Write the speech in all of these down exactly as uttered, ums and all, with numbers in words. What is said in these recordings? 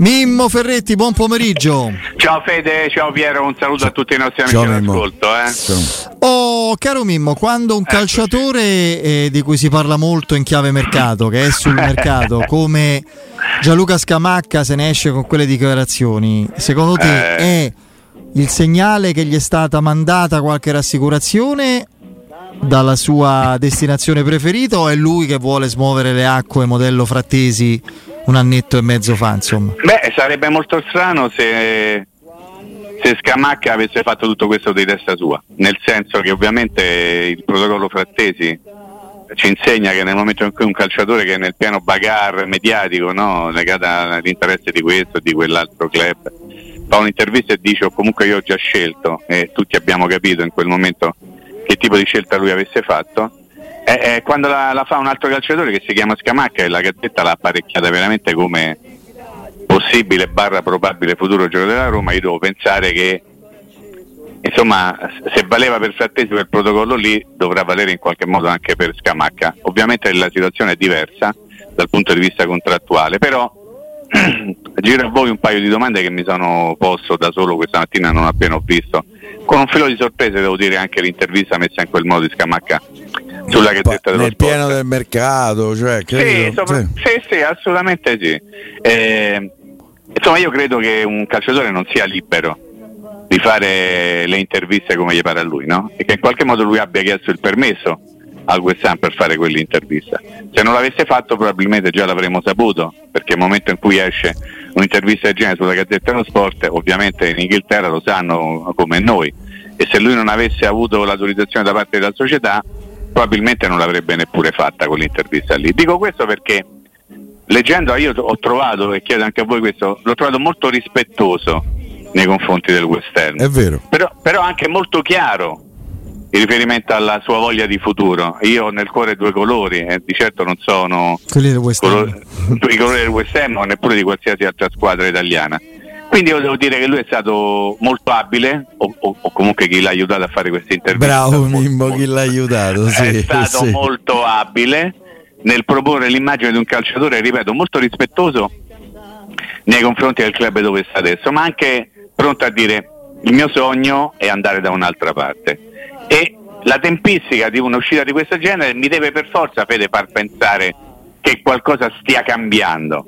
Mimmo Ferretti, buon pomeriggio. Ciao Fede, ciao Piero, un saluto a tutti i nostri amici all'ascolto. Eh. Oh, caro Mimmo, quando un calciatore eh, di cui si parla molto in chiave mercato, che è sul mercato, come Gianluca Scamacca se ne esce con quelle dichiarazioni, secondo te eh. è il segnale che gli è stata mandata qualche rassicurazione dalla sua destinazione preferita, o è lui che vuole smuovere le acque modello Frattesi un annetto e mezzo fa, insomma? Beh, sarebbe molto strano se se Scamacca avesse fatto tutto questo di testa sua, nel senso che ovviamente il protocollo Frattesi ci insegna che nel momento in cui un calciatore che è nel pieno bagarre mediatico, no, legato all'interesse di questo e di quell'altro club, fa un'intervista e dice: o comunque io ho già scelto, e tutti abbiamo capito in quel momento che tipo di scelta lui avesse fatto. E, e quando la, la fa un altro calciatore che si chiama Scamacca, e la Gazzetta l'ha apparecchiata veramente come possibile barra probabile futuro giocatore della Roma, io devo pensare che, insomma, se valeva per Frattesi quel protocollo lì, dovrà valere in qualche modo anche per Scamacca. Ovviamente la situazione è diversa dal punto di vista contrattuale, però giro a voi un paio di domande che mi sono posto da solo questa mattina non appena ho visto, con un filo di sorprese, devo dire, anche l'intervista messa in quel modo di Scamacca sulla Gazzetta dello nel Sport. pieno del mercato, cioè, credo, sì, sopra- sì. sì, sì, assolutamente sì. Eh, insomma, io credo che un calciatore non sia libero di fare le interviste come gli pare a lui, no? E che in qualche modo lui abbia chiesto il permesso al West Ham per fare quell'intervista. Se non l'avesse fatto probabilmente già l'avremmo saputo, perché nel momento in cui esce un'intervista del genere sulla Gazzetta dello Sport, ovviamente in Inghilterra lo sanno come noi, e se lui non avesse avuto l'autorizzazione da parte della società probabilmente non l'avrebbe neppure fatta quell'intervista lì. Dico questo perché leggendo, io ho trovato, e chiedo anche a voi questo, l'ho trovato molto rispettoso nei confronti del West Ham. È vero. Però, però anche molto chiaro in riferimento alla sua voglia di futuro. Io ho nel cuore due colori, e eh, di certo non sono quelli del West Ham. Colori, i colori del West Ham o neppure di qualsiasi altra squadra italiana. Quindi io devo dire che lui è stato molto abile, o, o, o comunque chi l'ha aiutato a fare questa intervista. Bravo Mimmo, chi l'ha aiutato, sì, è stato sì. molto abile nel proporre l'immagine di un calciatore, ripeto, molto rispettoso nei confronti del club dove sta adesso, ma anche pronto a dire: il mio sogno è andare da un'altra parte. E la tempistica di un'uscita di questo genere mi deve per forza, Fede, far pensare che qualcosa stia cambiando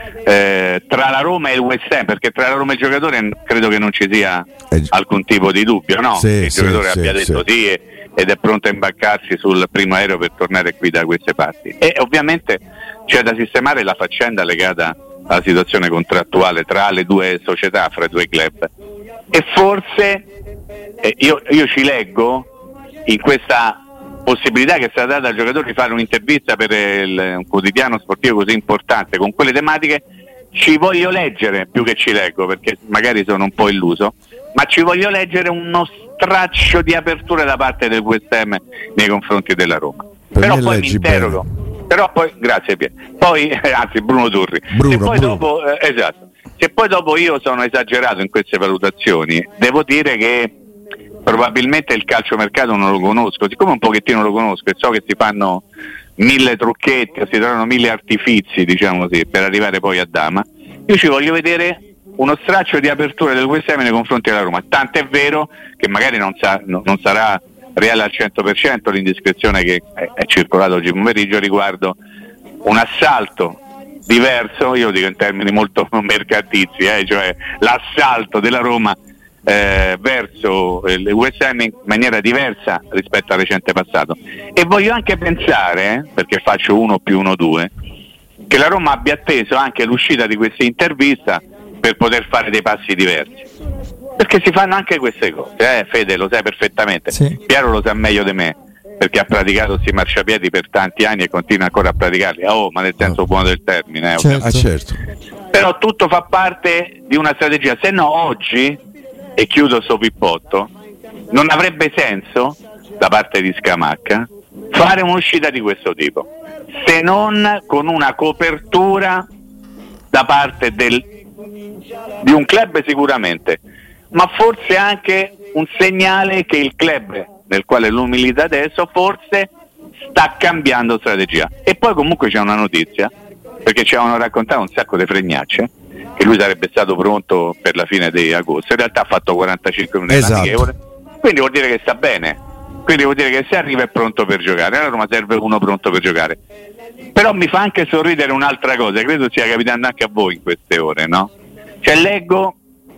eh, tra la Roma e il West Ham, perché tra la Roma e il giocatore credo che non ci sia alcun tipo di dubbio, no? Sì, il sì, giocatore sì, abbia sì. detto sì e, ed è pronto a imbaccarsi sul primo aereo per tornare qui da queste parti. E ovviamente c'è da sistemare la faccenda legata alla situazione contrattuale tra le due società, fra i due club, e forse eh, io, io ci leggo in questa possibilità che è stata data al giocatore di fare un'intervista per il, un quotidiano sportivo così importante con quelle tematiche. Ci voglio leggere, più che ci leggo perché magari sono un po' illuso, ma ci voglio leggere uno straccio di apertura da parte del West Ham nei confronti della Roma. Per però me poi mi leggi interrogo bene. però poi grazie Pier. Poi eh, anzi Bruno Turri Bruno, se poi Bruno. dopo eh, esatto se poi dopo io sono esagerato in queste valutazioni, devo dire che probabilmente il calciomercato non lo conosco, siccome un pochettino lo conosco e so che si fanno mille trucchetti o si trovano mille artifizi, diciamo così, per arrivare poi a Dama. Io ci voglio vedere uno straccio di apertura del West Ham nei confronti della Roma, tant'è vero che magari non, sa, no, non sarà reale al cento per cento l'indiscrezione che è, è circolata oggi pomeriggio riguardo un assalto diverso, io dico in termini molto mercatizi, eh, cioè l'assalto della Roma Eh, verso il West Ham in maniera diversa rispetto al recente passato. E voglio anche pensare, eh, perché faccio uno più uno due, che la Roma abbia atteso anche l'uscita di questa intervista per poter fare dei passi diversi, perché si fanno anche queste cose, eh, Fede lo sai perfettamente, sì. Piero lo sa meglio di me perché ha praticato questi marciapiedi per tanti anni e continua ancora a praticarli, oh, ma nel senso buono del termine, eh, certo. Ah, certo. però tutto fa parte di una strategia, se no oggi, e chiudo sto pippotto, non avrebbe senso da parte di Scamacca fare un'uscita di questo tipo, se non con una copertura da parte del, di un club sicuramente, ma forse anche un segnale che il club nel quale lui milita adesso forse sta cambiando strategia. E poi comunque c'è una notizia, perché ci avevano raccontato un sacco di fregnacce, che lui sarebbe stato pronto per la fine di agosto, in realtà ha fatto quarantacinque minuti, esatto. Quindi vuol dire che sta bene, quindi vuol dire che se arriva è pronto per giocare. Alla Roma serve uno pronto per giocare. Però mi fa anche sorridere un'altra cosa, credo stia capitando anche a voi in queste ore, no? Cioè leggo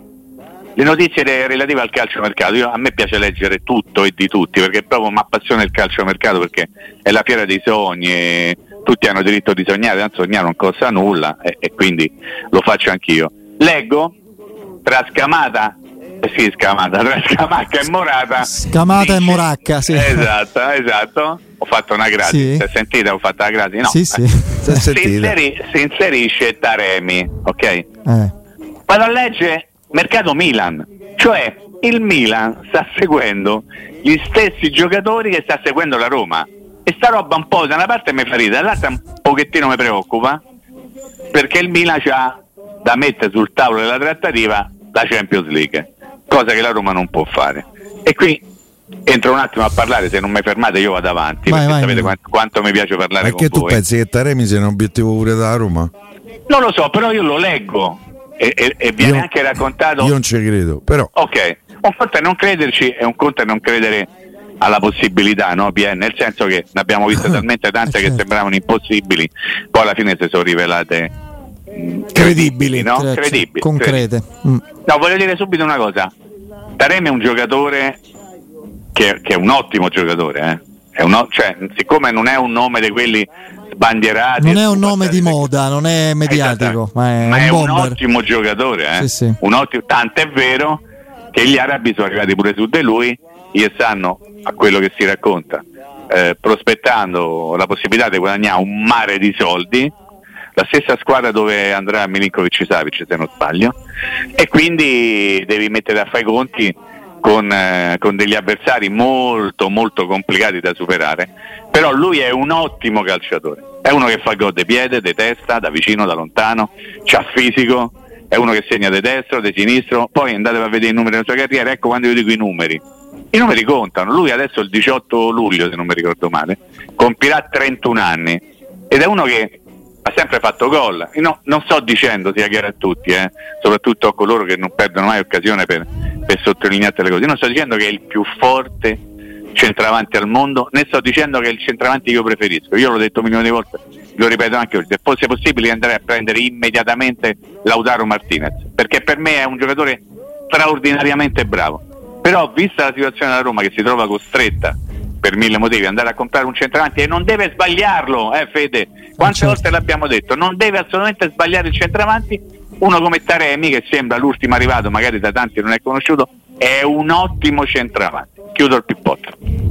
le notizie relative al calciomercato. Io, a me piace leggere tutto e di tutti, perché proprio mi appassiona il calciomercato, perché è la fiera dei sogni e tutti hanno diritto di sognare, tanto sognare non costa nulla, e, e quindi lo faccio anch'io. Leggo tra Scamata eh sì, Scamata, tra Scamacca e Morata. Scamata dice, e Moracca, sì. Esatto, esatto. Ho fatto una gratis, sì. Si è sentita? Ho fatto la gratis? No. Sì, sì. Eh. Si, inseri, si inserisce Taremi, ok? Eh. Vado a leggere mercato Milan, cioè il Milan sta seguendo gli stessi giocatori che sta seguendo la Roma, e sta roba un po' da una parte mi fa ridere, dall'altra un pochettino mi preoccupa, perché il Milan c'ha da mettere sul tavolo della trattativa la Champions League, cosa che la Roma non può fare. E qui entro un attimo a parlare, se non mi fermate io vado avanti, vai, perché vai, sapete quanto, quanto mi piace parlare con voi. Perché tu pensi che Taremi sia un obiettivo pure dalla Roma? Non lo so, però io lo leggo e, e, e viene io, anche raccontato. Io non ci credo, però. Ok, un conto è non crederci e un conto è non credere alla possibilità, no, P N? Nel senso che ne abbiamo viste talmente tante che sembravano impossibili, poi alla fine si sono rivelate mh, credibili, no? Certo, credibili, concrete. Mm. No, voglio dire subito una cosa. Taremi è un giocatore che, che è un ottimo giocatore, eh? È un, cioè, siccome non è un nome di quelli sbandierati, non è un nome di moda, non è mediatico, ma è, ma un, è un ottimo giocatore, eh? Sì, sì. Un ottimo, tanto è vero che gli arabi sono arrivati pure su di lui e stanno, a quello che si racconta, eh, prospettando la possibilità di guadagnare un mare di soldi, la stessa squadra dove andrà Milinkovic-Savic, se non sbaglio, e quindi devi mettere a fare i conti con, eh, con degli avversari molto molto complicati da superare. Però lui è un ottimo calciatore, è uno che fa gol di piede, di testa, da vicino, da lontano, c'ha fisico, è uno che segna di destro, di sinistro. Poi andate a vedere i numeri della sua carriera, ecco quando io dico i numeri, i numeri contano. Lui adesso il diciotto luglio, se non mi ricordo male, compirà trentuno anni ed è uno che ha sempre fatto gol. No, non sto dicendo, sia chiaro a tutti, eh, soprattutto a coloro che non perdono mai occasione per, per sottolineare le cose. Io non sto dicendo che è il più forte centravanti al mondo, né sto dicendo che è il centravanti che io preferisco. Io l'ho detto milioni di volte, lo ripeto anche oggi, se fosse possibile andare a prendere immediatamente Lautaro Martinez, perché per me è un giocatore straordinariamente bravo. Però vista la situazione della Roma, che si trova costretta per mille motivi andare a comprare un centravanti, e non deve sbagliarlo, eh Fede, quante certo. volte l'abbiamo detto, non deve assolutamente sbagliare il centravanti. Uno come Taremi, che sembra l'ultimo arrivato, magari da tanti non è conosciuto, è un ottimo centravanti. Chiudo il pippotto.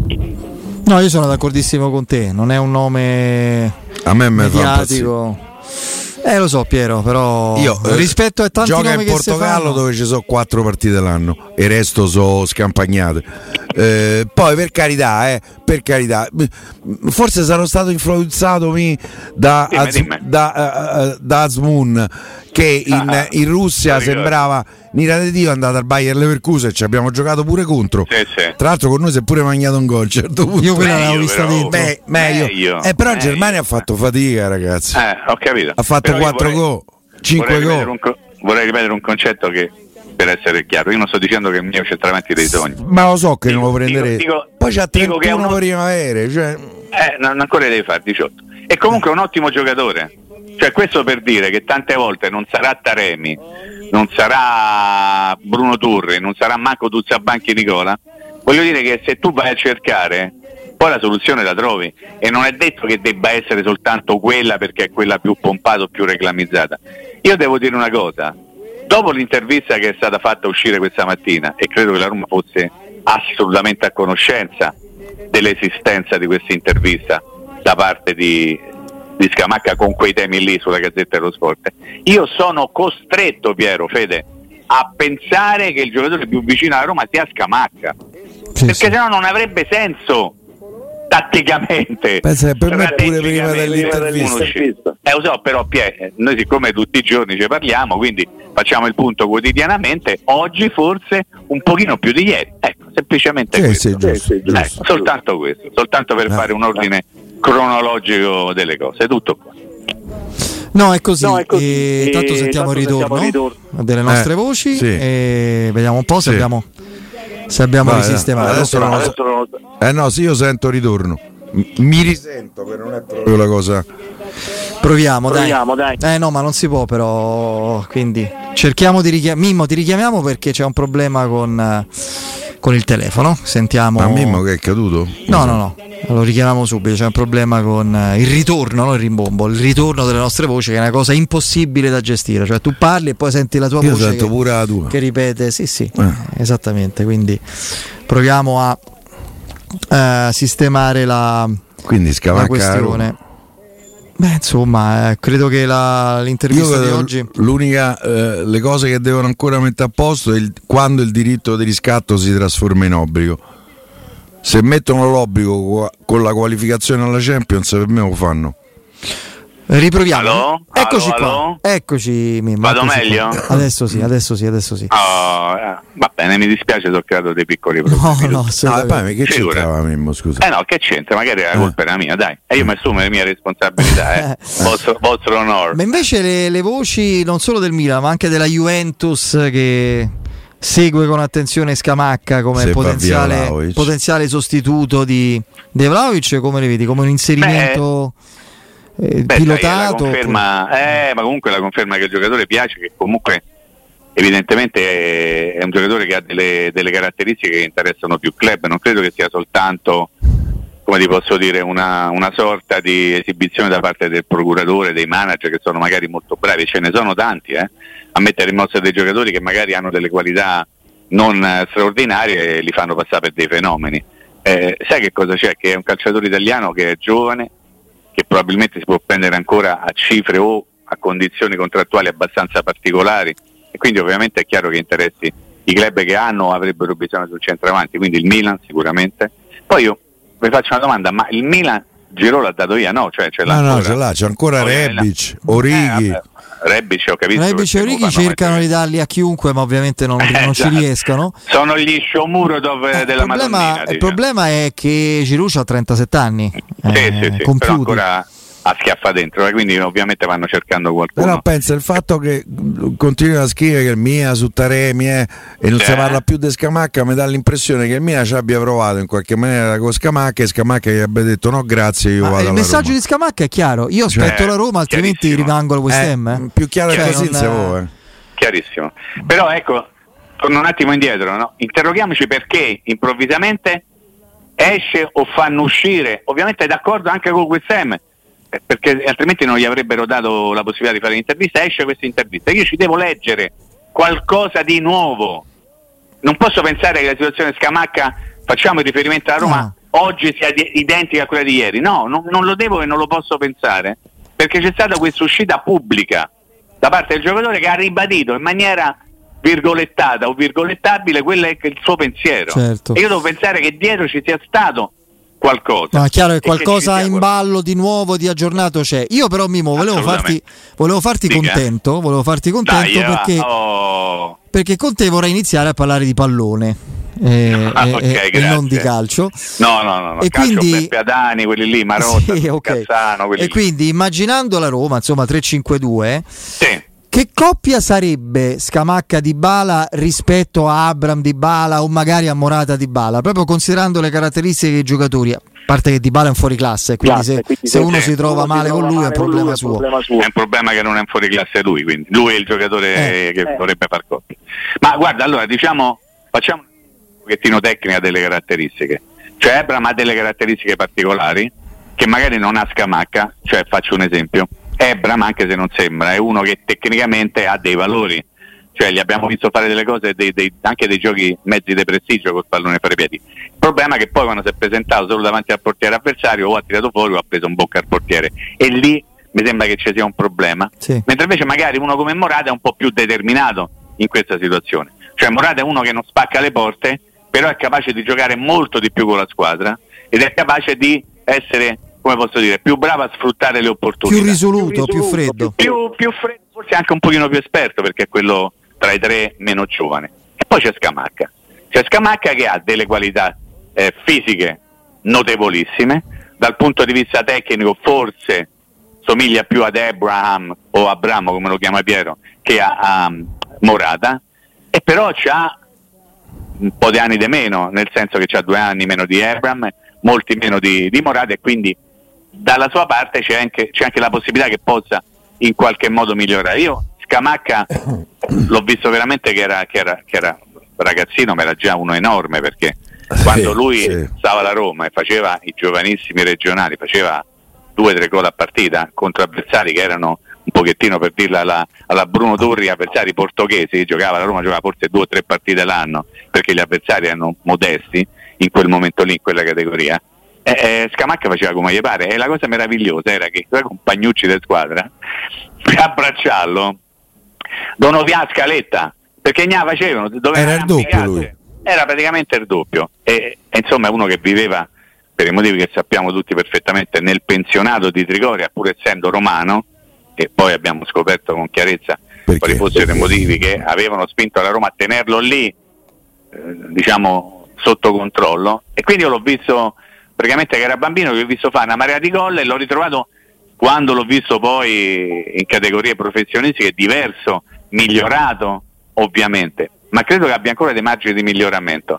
No, io sono d'accordissimo con te, non è un nome a me mediatico. Eh lo so Piero, però io eh, rispetto a tanti gioca nomi in che Portogallo dove ci sono quattro partite l'anno e il resto sono scampagnate. Eh, poi per carità, eh, per carità, forse sarò stato influenzato mi, da, dimmi, Az, dimmi. da, uh, da Azmoun, che in, ah, in Russia sembrava Nira di Dio, è andato al Bayer Leverkusen, ci abbiamo giocato pure contro. Sì, sì. Tra l'altro con noi si è pure mangiato un gol a un certo punto. Io quella l'avevo vista dentro. Beh, meglio. meglio. Eh, però in meglio. Germania ha fatto fatica, ragazzi. Eh, ho capito. Ha fatto però quattro gol, cinque gol. Co- vorrei ripetere un concetto che, per essere chiaro, io non sto dicendo che il mio centravanti dei sogni. Ma lo so che dico, non lo prenderete. Dico, Poi c'ha trentuno che uno... primavere, cioè... Eh, non ancora devi fare diciotto. E comunque è un ottimo giocatore. Cioè, questo per dire che tante volte non sarà Taremi, non sarà Bruno Turri, non sarà manco Tuzzabanchi Nicola. Voglio dire che se tu vai a cercare, poi la soluzione la trovi, e non è detto che debba essere soltanto quella perché è quella più pompata o più reclamizzata. Io devo dire una cosa, dopo l'intervista che è stata fatta uscire questa mattina, e credo che la Roma fosse assolutamente a conoscenza dell'esistenza di questa intervista da parte di di Scamacca con quei temi lì sulla Gazzetta dello Sport, io sono costretto, Piero, Fede, a pensare che il giocatore più vicino alla Roma sia Scamacca, sì, perché sì. sennò non avrebbe senso tatticamente. Pensa che per me pure prima dell'intervista. Eh lo so, però Pier, noi siccome tutti i giorni ci parliamo, quindi facciamo il punto quotidianamente, oggi forse un pochino più di ieri, ecco, semplicemente sì, questo, sì, giusto, eh, giusto. soltanto questo, soltanto per eh. fare un ordine cronologico delle cose, tutto qua. No, è così. No, è così. E E tanto sentiamo il tanto ritorno sentiamo il ritorno. delle nostre Eh, voci sì. e vediamo un po' se Sì. abbiamo, se abbiamo Vai, risistemato. adesso non lo so. Adesso non lo so. Eh no, sì, io sento ritorno. M- Mi risento, che non è proprio la cosa. Proviamo, Proviamo, dai. dai. Eh no, ma non si può però, quindi cerchiamo di richiamare. Mimmo, ti richiamiamo perché c'è un problema con, eh, con il telefono. Sentiamo. Ma Mimmo che è caduto? No, no, no. Lo richiamiamo subito. C'è un problema con eh, il ritorno, non il rimbombo, il ritorno delle nostre voci, che è una cosa impossibile da gestire. Cioè, tu parli e poi senti la tua Io voce sento che, pure la tua. che ripete. Sì, sì, Eh. esattamente. Quindi proviamo a eh, sistemare la, Quindi la Scamacca. questione. Beh, insomma, eh, credo che la, l'intervista Io di eh, oggi. l'unica eh, le cose che devono ancora mettere a posto è il, quando il diritto di riscatto si trasforma in obbligo. Se mettono l'obbligo qua- con la qualificazione alla Champions, per me lo fanno. Riproviamo. Allo? Eccoci Allo, qua. allo? Eccoci, Mimmo. Vado eccoci meglio? qua. Adesso sì, adesso sì, adesso sì. Oh, eh, va bene, mi dispiace, ho creato dei piccoli No, problemi. no, Ah, assolutamente. poi, ma che Figura. c'entrava Mimmo, scusa? Eh no, che c'entra? Magari la colpa era mia, dai. E io mi assumo le mie responsabilità, eh. vostro, vostro onore. Ma invece le, le voci non solo del Milan, ma anche della Juventus che segue con attenzione Scamacca come Se va via potenziale, Vlahovic. potenziale sostituto di De Vlahovic, come le vedi? Come un inserimento eh, Beh, sai, pilotato? la conferma, eh, ma comunque la conferma che il giocatore piace, che comunque evidentemente è, è un giocatore che ha delle, delle caratteristiche che interessano più club. Non credo che sia soltanto, come ti posso dire, una, una sorta di esibizione da parte del procuratore, dei manager che sono magari molto bravi. Ce ne sono tanti eh, a mettere in mostra dei giocatori che magari hanno delle qualità non eh, straordinarie e li fanno passare per dei fenomeni. Eh, sai che cosa c'è? Che è un calciatore italiano che è giovane, che probabilmente si può prendere ancora a cifre o a condizioni contrattuali abbastanza particolari, e quindi ovviamente è chiaro che interessi i club che hanno avrebbero bisogno sul centravanti, quindi il Milan sicuramente. Poi io vi faccio una domanda, ma il Milan Giroud l'ha dato via? No, cioè ce l'ha No, no, ancora? ce l'ha, c'è ancora Oh, Rebic, eh, Orighi. vabbè, Rebic ho capito. Rebic e perché Orighi lo fanno cercano mettere- di darli a chiunque, ma ovviamente non, Eh, non ci esatto. riescono. Sono gli Shomurodov Eh, il, della problema, Madonnina. il diciamo. problema è che Giroud ha trentasette anni, Sì, eh, sì, sì, però compiuti. ancora a schiaffa dentro, eh, quindi ovviamente vanno cercando qualcuno. Però pensa il fatto che continui a scrivere che il Mia su Taremi eh, e non Sì. si parla più di Scamacca, mi dà l'impressione che il Mia ci abbia provato in qualche maniera con Scamacca e Scamacca gli abbia detto no grazie, io Ma vado il alla messaggio Roma. di Scamacca è chiaro, io Cioè, aspetto la Roma, altrimenti chiarissimo. rimango al West Eh, Ham. eh. più chiaro Cioè, è così non- non si può, eh. Chiarissimo. Però ecco, torno un attimo indietro, no? Interroghiamoci perché improvvisamente esce o fanno uscire, ovviamente d'accordo anche con West Ham, eh, perché altrimenti non gli avrebbero dato la possibilità di fare l'intervista. Esce questa intervista, io ci devo leggere qualcosa di nuovo. Non posso pensare che la situazione Scamacca, facciamo il riferimento alla Roma, No. oggi sia di- identica a quella di ieri. No, non, non lo devo e non lo posso pensare, perché c'è stata questa uscita pubblica da parte del giocatore che ha ribadito in maniera virgolettata o virgolettabile quello è il suo pensiero. Certo. E io devo pensare che dietro ci sia stato qualcosa. No, è chiaro che E qualcosa ci sia in qualcosa. ballo di nuovo, di aggiornato c'è. Io però Mimo volevo farti, Assolutamente. volevo farti Dica. contento, volevo farti contento Dai, eh, perché, oh. perché con te vorrei iniziare a parlare di pallone eh, Ah, e, ok, e- e grazie. non di calcio. No, no, no, no. E Calcio, quindi- Beppe Adani, quelli lì, Marotta, Sì, ok. Cazzano, quelli E lì. quindi immaginando la Roma, insomma tre cinque due, Sì. che coppia sarebbe Scamacca Dybala rispetto a Abram Dybala o magari a Morata Dybala, proprio considerando le caratteristiche dei giocatori, a parte che Dybala è un fuoriclasse, quindi Classe, se, quindi se se- uno sì, si trova uno si male con trova lui è un male con problema lui, è suo. un problema suo. È un problema che non è fuori classe lui, quindi lui è il giocatore Eh, che eh. dovrebbe far coppia. Ma guarda, allora diciamo, facciamo un pochettino tecnica delle caratteristiche. Cioè Abram ha delle caratteristiche particolari che magari non ha Scamacca, cioè faccio un esempio. Abram, anche se non sembra, è uno che tecnicamente ha dei valori, cioè gli abbiamo visto fare delle cose, dei, dei, anche dei giochi mezzi di prestigio col pallone fra i piedi. Il problema è che poi quando si è presentato solo davanti al portiere avversario o ha tirato fuori o ha preso un bocca al portiere, e lì mi sembra che ci sia un problema. Sì. Mentre invece magari uno come Morata è un po' più determinato in questa situazione, cioè Morata è uno che non spacca le porte, però è capace di giocare molto di più con la squadra ed è capace di essere, come posso dire, più bravo a sfruttare le opportunità. Più risoluto, Più più risoluto, freddo. più, più freddo, forse anche un pochino più esperto, perché è quello tra i tre meno giovane. E poi c'è Scamacca, c'è Scamacca che ha delle qualità eh, fisiche notevolissime, dal punto di vista tecnico forse somiglia più ad Abraham o Abramo, come lo chiama Piero, che a, a Morata, e però c'ha un po' di anni di meno, nel senso che c'ha due anni meno di Abraham, molti meno di, di Morata, e quindi dalla sua parte c'è anche, c'è anche la possibilità che possa in qualche modo migliorare. Io Scamacca l'ho visto veramente che era, che era, che era ragazzino, ma era già uno enorme, perché quando lui sì. stava alla Roma e faceva i giovanissimi regionali, faceva due o tre gol a partita contro avversari che erano un pochettino, per dirla alla, alla Bruno Torri, avversari portoghesi. Giocava la Roma, giocava forse due o tre partite l'anno, perché gli avversari erano modesti in quel momento lì, in quella categoria. E, e Scamacca faceva come gli pare, e la cosa meravigliosa era che i suoi compagnucci di squadra, per abbracciarlo, dovevano via Scaletta, perché ne facevano, era il doppio lui. Era praticamente il doppio, e, e insomma è uno che viveva, per i motivi che sappiamo tutti perfettamente, nel pensionato di Trigoria, pur essendo romano, e poi abbiamo scoperto con chiarezza perché? quali fossero i motivi che avevano spinto la Roma a tenerlo lì, eh, diciamo sotto controllo. E quindi io l'ho visto praticamente che era bambino, che ho visto fare una marea di gol, e l'ho ritrovato quando l'ho visto poi in categorie professionistiche, diverso, migliorato ovviamente, ma credo che abbia ancora dei margini di miglioramento.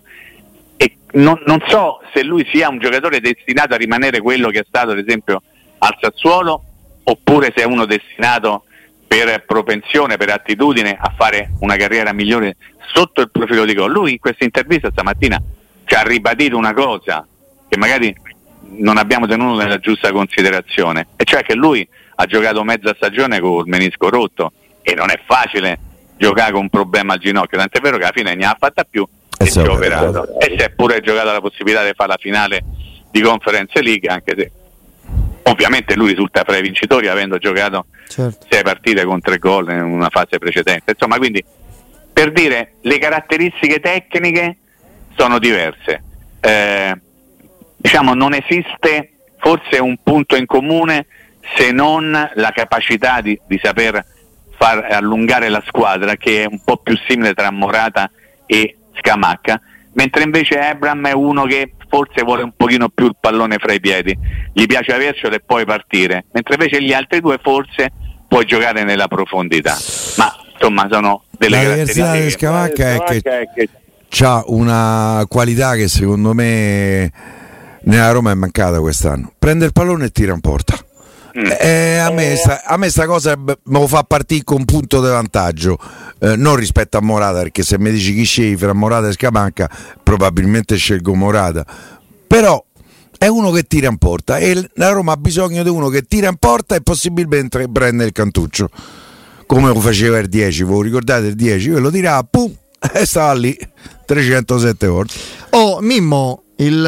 E non, non so se lui sia un giocatore destinato a rimanere quello che è stato ad esempio al Sassuolo, oppure se è uno destinato per propensione, per attitudine, a fare una carriera migliore sotto il profilo di gol. Lui in questa intervista stamattina ci ha ribadito una cosa che magari non abbiamo tenuto nella giusta considerazione, e cioè che lui ha giocato mezza stagione col menisco rotto, e non è facile giocare con un problema al ginocchio, tant'è vero che alla fine ne ha fatta più e si è operato, e si è pure giocato la possibilità di fare la finale di Conference League, anche se ovviamente lui risulta fra i vincitori avendo giocato certo. sei partite con tre gol in una fase precedente. Insomma, quindi per dire, le caratteristiche tecniche sono diverse, eh, diciamo non esiste forse un punto in comune se non la capacità di, di saper far allungare la squadra, che è un po' più simile tra Morata e Scamacca, mentre invece Abraham è uno che forse vuole un pochino più il pallone fra i piedi, gli piace avercelo e poi partire, mentre invece gli altri due forse puoi giocare nella profondità. Ma insomma sono delle la caratteristiche. Di Scamacca è che, è che c'ha una qualità che secondo me nella Roma è mancata quest'anno: prende il pallone e tira in porta. Mm. Eh, a, me sta, a me sta cosa me lo fa partire con un punto di vantaggio, eh, non rispetto a Morata, perché se mi dici chi scegli fra Morata e Scamacca probabilmente scelgo Morata, però è uno che tira in porta, e la Roma ha bisogno di uno che tira in porta e possibilmente prende il cantuccio, come lo faceva il dieci. Voi ricordate il dieci? Quello tirava, pum, e stava lì trecentosette volte. Oh Mimmo,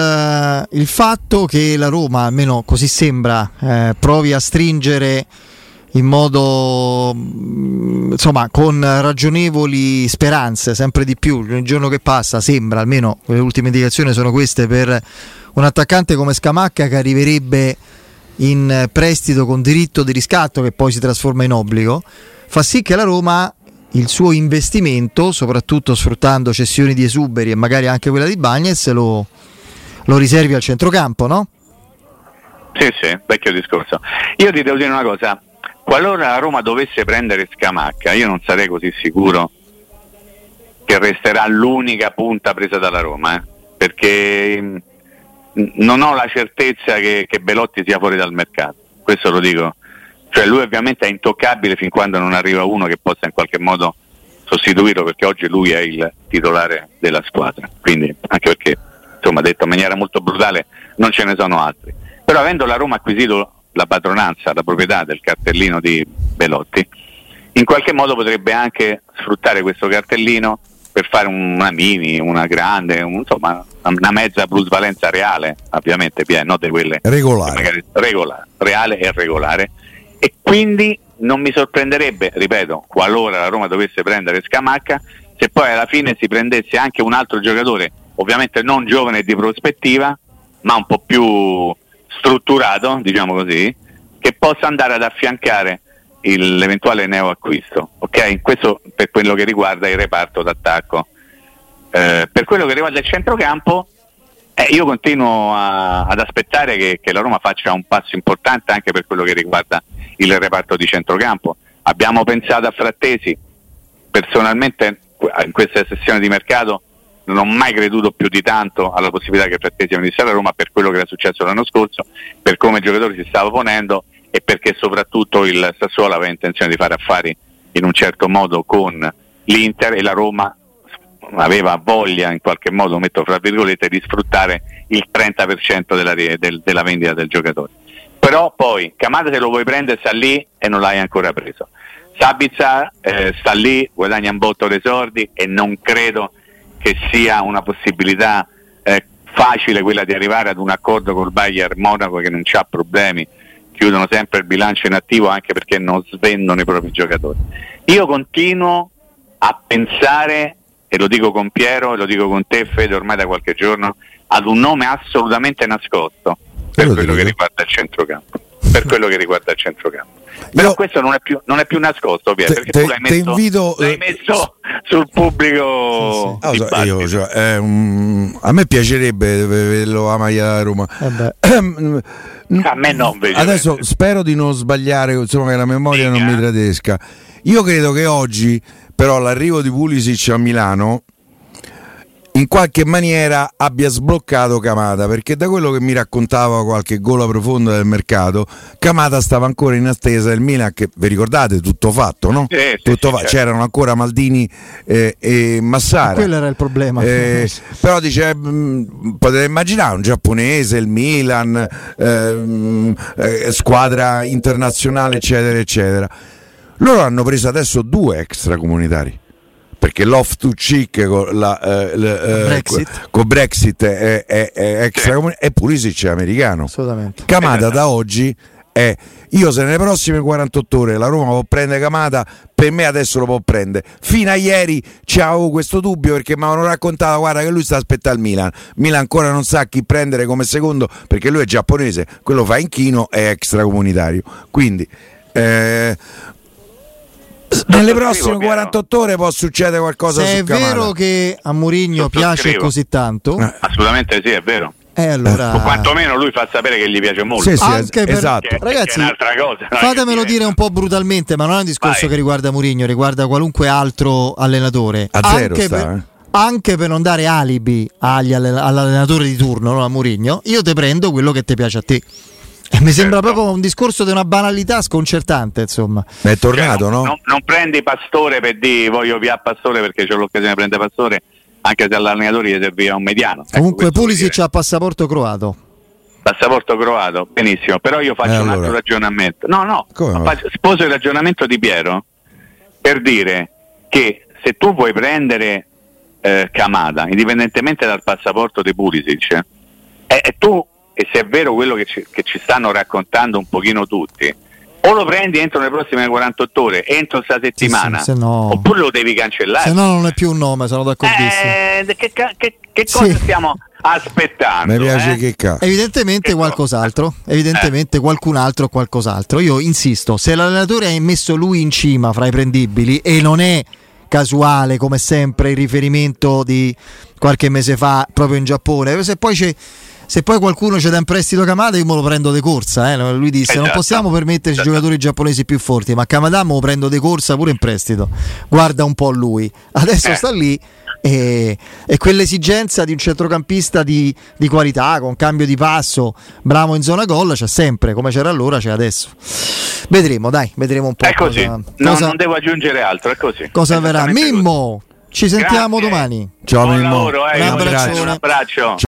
Il, il fatto che la Roma, almeno così sembra, eh, provi a stringere in modo insomma con ragionevoli speranze sempre di più ogni giorno che passa, sembra, almeno le ultime indicazioni sono queste, per un attaccante come Scamacca che arriverebbe in prestito con diritto di riscatto che poi si trasforma in obbligo, fa sì che la Roma il suo investimento, soprattutto sfruttando cessioni di esuberi e magari anche quella di Bagnez, lo lo riservi al centrocampo, no? Sì, sì, vecchio discorso. Io ti devo dire una cosa: qualora la Roma dovesse prendere Scamacca, io non sarei così sicuro che resterà l'unica punta presa dalla Roma, eh? Perché non ho la certezza che, che Belotti sia fuori dal mercato, questo lo dico. Cioè lui ovviamente è intoccabile fin quando non arriva uno che possa in qualche modo sostituirlo, perché oggi lui è il titolare della squadra, quindi anche perché, insomma, detto in maniera molto brutale, non ce ne sono altri. Però avendo la Roma acquisito la padronanza, la proprietà del cartellino di Belotti, in qualche modo potrebbe anche sfruttare questo cartellino per fare una mini, una grande, un, insomma una mezza plusvalenza reale, ovviamente, no, di quelle regolare. Magari, regolare, reale e regolare. E quindi non mi sorprenderebbe, ripeto, qualora la Roma dovesse prendere Scamacca, se poi alla fine si prendesse anche un altro giocatore, ovviamente non giovane e di prospettiva, ma un po' più strutturato, diciamo così, che possa andare ad affiancare il, l'eventuale neoacquisto, ok? Questo per quello che riguarda il reparto d'attacco. Eh, per quello che riguarda il centrocampo, Eh, io continuo a, ad aspettare che, che la Roma faccia un passo importante anche per quello che riguarda il reparto di centrocampo. Abbiamo pensato a Frattesi, personalmente in questa sessione di mercato non ho mai creduto più di tanto alla possibilità che Frattesi venisse alla Roma per quello che era successo l'anno scorso, per come il giocatore si stava ponendo e perché soprattutto il Sassuolo aveva intenzione di fare affari in un certo modo con l'Inter e la Roma aveva voglia in qualche modo, metto fra virgolette, di sfruttare il trenta per cento della, del, della vendita del giocatore. Però poi Kamada se lo vuoi prendere sta lì e non l'hai ancora preso. Sabitzer eh, sta lì, guadagna un botto dei soldi e non credo che sia una possibilità eh, facile quella di arrivare ad un accordo col Bayern Monaco, che non c'ha problemi, chiudono sempre il bilancio in attivo anche perché non svendono i propri giocatori. Io continuo a pensare, e lo dico con Piero e lo dico con te Fede ormai da qualche giorno, ad un nome assolutamente nascosto per quello che riguarda il centrocampo, per quello che riguarda il centrocampo. Però io, questo non è più, non è più nascosto, Piero, perché te, tu l'hai messo, invito, l'hai messo sul pubblico. Sì, sì. Ah, io, cioè, eh, um, a me piacerebbe vederlo a maglia da Roma. Eh a me non vedo. Adesso spero di non sbagliare, insomma, che la memoria sì, non eh. mi tradesca. Io credo che oggi però l'arrivo di Pulisic a Milano in qualche maniera abbia sbloccato Kamada, perché da quello che mi raccontava qualche gola profonda del mercato, Kamada stava ancora in attesa del Milan, che vi ricordate, tutto fatto, no? Eh, tutto sì, fa- certo. C'erano ancora Maldini eh, e Massara. Quello era il problema. Eh, però dice, mh, potete immaginare un giapponese, il Milan, eh, eh, squadra internazionale, eccetera, eccetera. Loro hanno preso adesso due extracomunitari, perché Loftus-Cheek con la eh, le, eh, Brexit. con Brexit è, è, è extracomunitario e Pulisic è americano. Assolutamente. Kamada da oggi è, io se nelle prossime quarantotto ore la Roma può prendere Kamada, per me adesso lo può prendere. Fino a ieri c'avevo questo dubbio perché mi avevano raccontato, guarda, che lui sta aspettando il Milan. Milan ancora non sa chi prendere come secondo, perché lui è giapponese, quello fa inchino, è extracomunitario. Quindi eh, nelle prossime quarantotto ore può succedere qualcosa. Se su è Kamada. Vero che a Mourinho piace così tanto, eh. assolutamente sì, è vero. Eh, allora... o quantomeno lui fa sapere che gli piace molto. Sì, sì, anche per... esatto. Che, ragazzi, che è un'altra cosa, fatemelo dire un po' brutalmente, ma non è un discorso Vai. che riguarda Mourinho, riguarda qualunque altro allenatore. A zero anche sta, per... eh. Anche per non dare alibi agli alle... all'allenatore di turno, no? A Mourinho, io te prendo quello che ti piace a te. E mi sembra certo. proprio un discorso di una banalità sconcertante, insomma. È tornato, cioè, no? Non, non prendi Pastore per dire voglio via Pastore perché c'ho l'occasione di prendere Pastore, anche se all'allenatore gli serviva un mediano. Comunque ecco, Pulisic ha passaporto croato. Passaporto croato, benissimo, però io faccio eh, un allora. altro ragionamento. No, no, Come? faccio, sposo il ragionamento di Piero per dire che se tu vuoi prendere eh, Kamada, indipendentemente dal passaporto di Pulisic, eh, eh, tu, e se è vero quello che ci, che ci stanno raccontando un pochino tutti, o lo prendi entro le prossime quarantotto ore, entro questa settimana, sì, sì, no. oppure lo devi cancellare. Se no non è più un nome, sono d'accordissimo. Eh, che, che, che cosa sì. stiamo aspettando? Mi piace eh? che cazzo. Evidentemente che qualcos'altro, evidentemente eh. qualcun altro o qualcos'altro. Io insisto, se l'allenatore ha messo lui in cima fra i prendibili e non è casuale come sempre il riferimento di qualche mese fa proprio in Giappone, se poi c'è Se poi qualcuno ci dà in prestito Kamada, io me lo prendo de corsa. Eh? Lui disse: esatto. Non possiamo permetterci esatto. giocatori giapponesi più forti, ma Kamada me lo prendo de corsa pure in prestito. Guarda un po' lui. Adesso eh. sta lì e, e quell'esigenza di un centrocampista di, di qualità, con cambio di passo, bravo in zona gol, c'è sempre, come c'era allora, c'è adesso. Vedremo, dai, vedremo un po'. È così. Cosa, no, cosa, non devo aggiungere altro, è così. Cosa verrà? Mimmo, ci sentiamo Grazie. domani. Ciao Buon Mimmo. lavoro, eh. Un abbraccio. Un abbraccio.